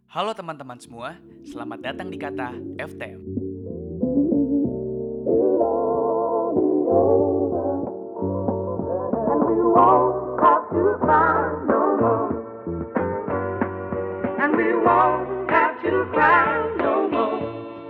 Halo teman-teman semua, selamat datang di Kata FTM. And we won't have to cry no more. And we won't have to cry no more.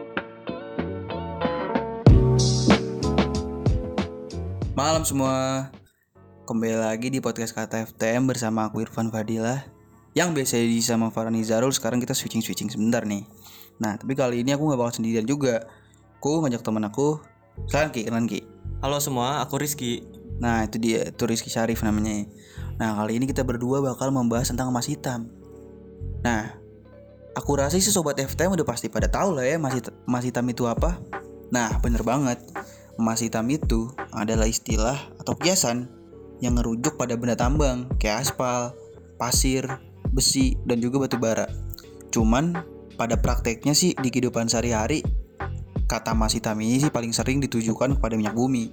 Malam semua, kembali lagi di podcast Kata FTM bersama aku Irfan Fadilah. Yang biasa diisi sama Farani Zarul. Sekarang kita switching sebentar nih. Nah, tapi kali ini aku gak bakal sendirian juga. Aku ngajak teman aku. Kenalan Ki. Halo semua, aku Rizky. Nah, itu dia, itu Rizky Syarif namanya. Nah, kali ini kita berdua bakal membahas tentang emas hitam. Nah, aku rasa sih sobat FTM udah pasti pada tahu lah ya emas hitam itu apa. Nah, bener banget. Emas hitam itu adalah istilah atau kiasan yang ngerujuk pada benda tambang kayak aspal, pasir, besi, dan juga batu bara. Cuman pada prakteknya sih di kehidupan sehari-hari, kata emas hitam ini sih paling sering ditujukan kepada minyak bumi.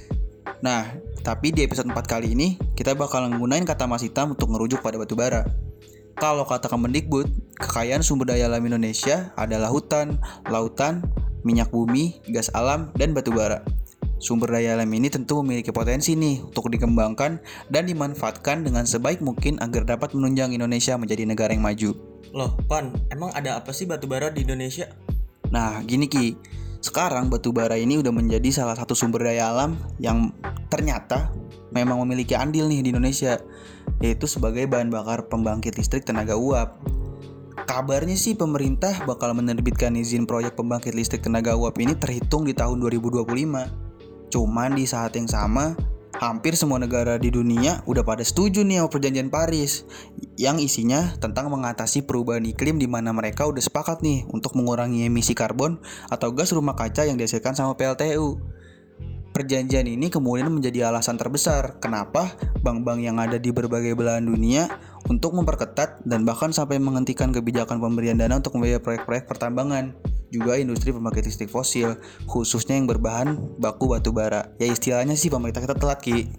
Nah, tapi di episode 4 kali ini kita bakal menggunakan kata emas hitam untuk ngerujuk pada batu bara. Kalau kata Kemendikbud, kekayaan sumber daya alam Indonesia adalah hutan, lautan, minyak bumi, gas alam, dan batu bara. Sumber daya alam ini tentu memiliki potensi nih untuk dikembangkan dan dimanfaatkan dengan sebaik mungkin agar dapat menunjang Indonesia menjadi negara yang maju. Loh, Pan, emang ada apa sih batu bara di Indonesia? Nah, gini Ki, sekarang batu bara ini udah menjadi salah satu sumber daya alam yang ternyata memang memiliki andil nih di Indonesia, yaitu sebagai bahan bakar pembangkit listrik tenaga uap. Kabarnya sih pemerintah bakal menerbitkan izin proyek pembangkit listrik tenaga uap ini terhitung di tahun 2025. Cuman di saat yang sama, hampir semua negara di dunia udah pada setuju nih sama perjanjian Paris yang isinya tentang mengatasi perubahan iklim, di mana mereka udah sepakat nih untuk mengurangi emisi karbon atau gas rumah kaca yang dihasilkan sama PLTU. Perjanjian ini kemudian menjadi alasan terbesar kenapa bank-bank yang ada di berbagai belahan dunia untuk memperketat dan bahkan sampai menghentikan kebijakan pemberian dana untuk membiayai proyek-proyek pertambangan, juga industri pembangkit listrik fosil, khususnya yang berbahan baku batu bara. Ya istilahnya sih pemerintah kita telat Ki.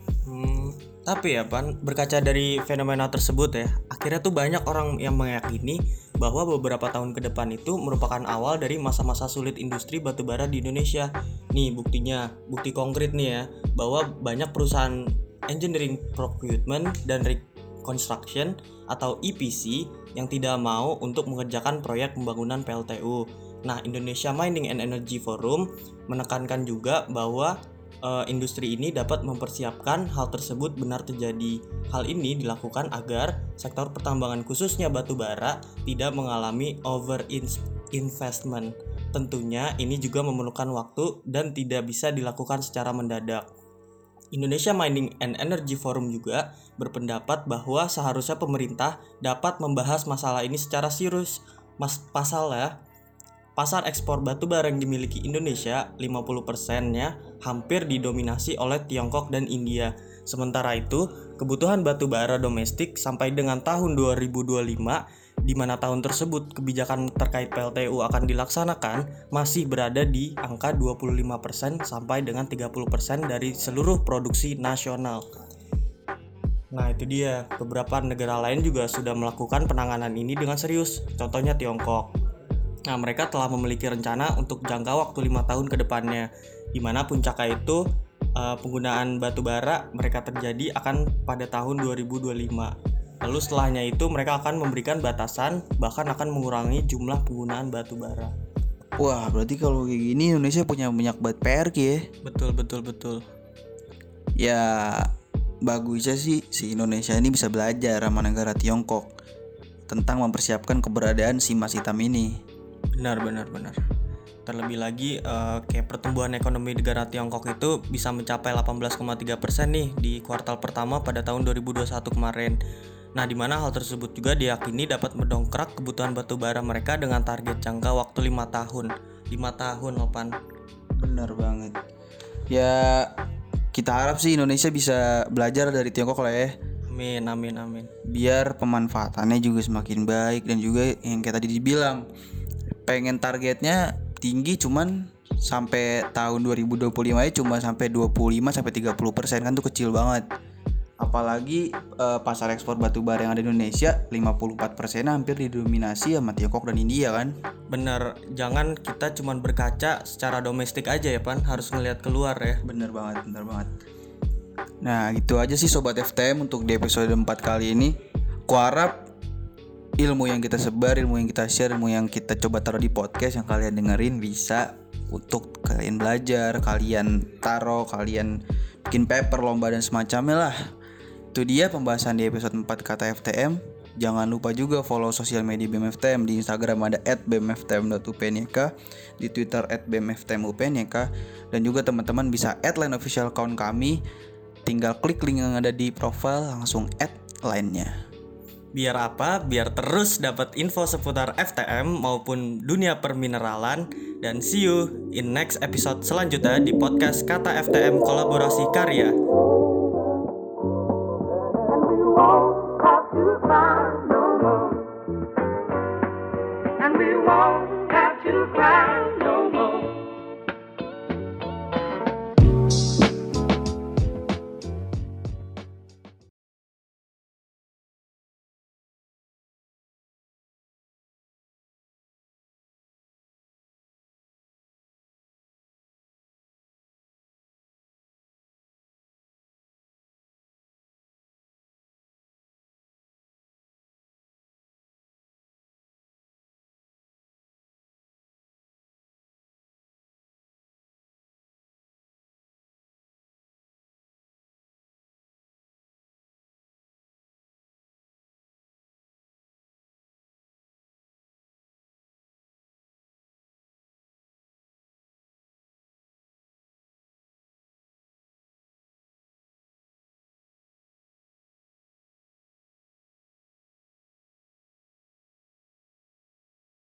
Tapi ya Pan, berkaca dari fenomena tersebut ya, akhirnya tuh banyak orang yang meyakini bahwa beberapa tahun ke depan itu merupakan awal dari masa-masa sulit industri batubara di Indonesia. Nih buktinya, bukti konkret nih ya, bahwa banyak perusahaan engineering procurement dan reconstruction atau EPC yang tidak mau untuk mengerjakan proyek pembangunan PLTU. Nah, Indonesia Mining and Energy Forum menekankan juga bahwa industri ini dapat mempersiapkan hal tersebut benar terjadi. Hal ini dilakukan agar sektor pertambangan khususnya batu bara tidak mengalami over investment. Tentunya ini juga memerlukan waktu dan tidak bisa dilakukan secara mendadak. Indonesia Mining and Energy Forum juga berpendapat bahwa seharusnya pemerintah dapat membahas masalah ini secara serius. Pasalnya pasar ekspor batu bara yang dimiliki Indonesia 50%-nya hampir didominasi oleh Tiongkok dan India. Sementara itu, kebutuhan batu bara domestik sampai dengan tahun 2025, di mana tahun tersebut kebijakan terkait PLTU akan dilaksanakan, masih berada di angka 25% sampai dengan 30% dari seluruh produksi nasional. Nah itu dia, beberapa negara lain juga sudah melakukan penanganan ini dengan serius, contohnya Tiongkok. Nah, mereka telah memiliki rencana untuk jangka waktu 5 tahun ke depannya, di mana puncaknya itu penggunaan batu bara mereka terjadi akan pada tahun 2025. Lalu setelahnya itu mereka akan memberikan batasan, bahkan akan mengurangi jumlah penggunaan batu bara. Wah, berarti kalau kayak gini Indonesia punya banyak banget PR Ki ya. Betul. Ya, bagusnya sih si Indonesia ini bisa belajar sama negara Tiongkok tentang mempersiapkan keberadaan si emas hitam ini. Benar. Terlebih lagi kayak pertumbuhan ekonomi negara Tiongkok itu bisa mencapai 18,3% nih di kuartal pertama pada tahun 2021 kemarin. Nah, di mana hal tersebut juga diyakini dapat mendongkrak kebutuhan batu bara mereka dengan target jangka waktu 5 tahun. 5 tahun, Lopan. Benar banget. Ya, kita harap sih Indonesia bisa belajar dari Tiongkok lah ya. Amin. Biar pemanfaatannya juga semakin baik, dan juga yang kayak tadi dibilang, pengen targetnya tinggi cuman sampai tahun 2025 ya cuma sampai 25-30%, kan tuh kecil banget. Apalagi pasar ekspor batu bara yang ada di Indonesia 54% hampir didominasi sama Tiongkok dan India kan. Bener, jangan kita cuman berkaca secara domestik aja ya Pan, harus ngelihat keluar ya. Bener banget. Nah gitu aja sih Sobat FTM untuk di episode 4 kali ini. Kuharap ilmu yang kita sebar, ilmu yang kita share, ilmu yang kita coba taruh di podcast yang kalian dengerin bisa untuk kalian belajar, kalian taruh, kalian bikin paper, lomba dan semacamnya lah. Itu dia pembahasan di episode 4 Kata FTM. Jangan lupa juga follow sosial media BEM FTM. Di Instagram ada @bemftm.upnk, di Twitter @bemftmupnk, dan juga teman-teman bisa add line official account kami. Tinggal klik link yang ada di profile, langsung add line-nya. Biar apa? Biar terus dapat info seputar FTM maupun dunia permineralan. Dan see you in next episode selanjutnya di podcast Kata FTM Kolaborasi Karya. And we won't have to cry no more.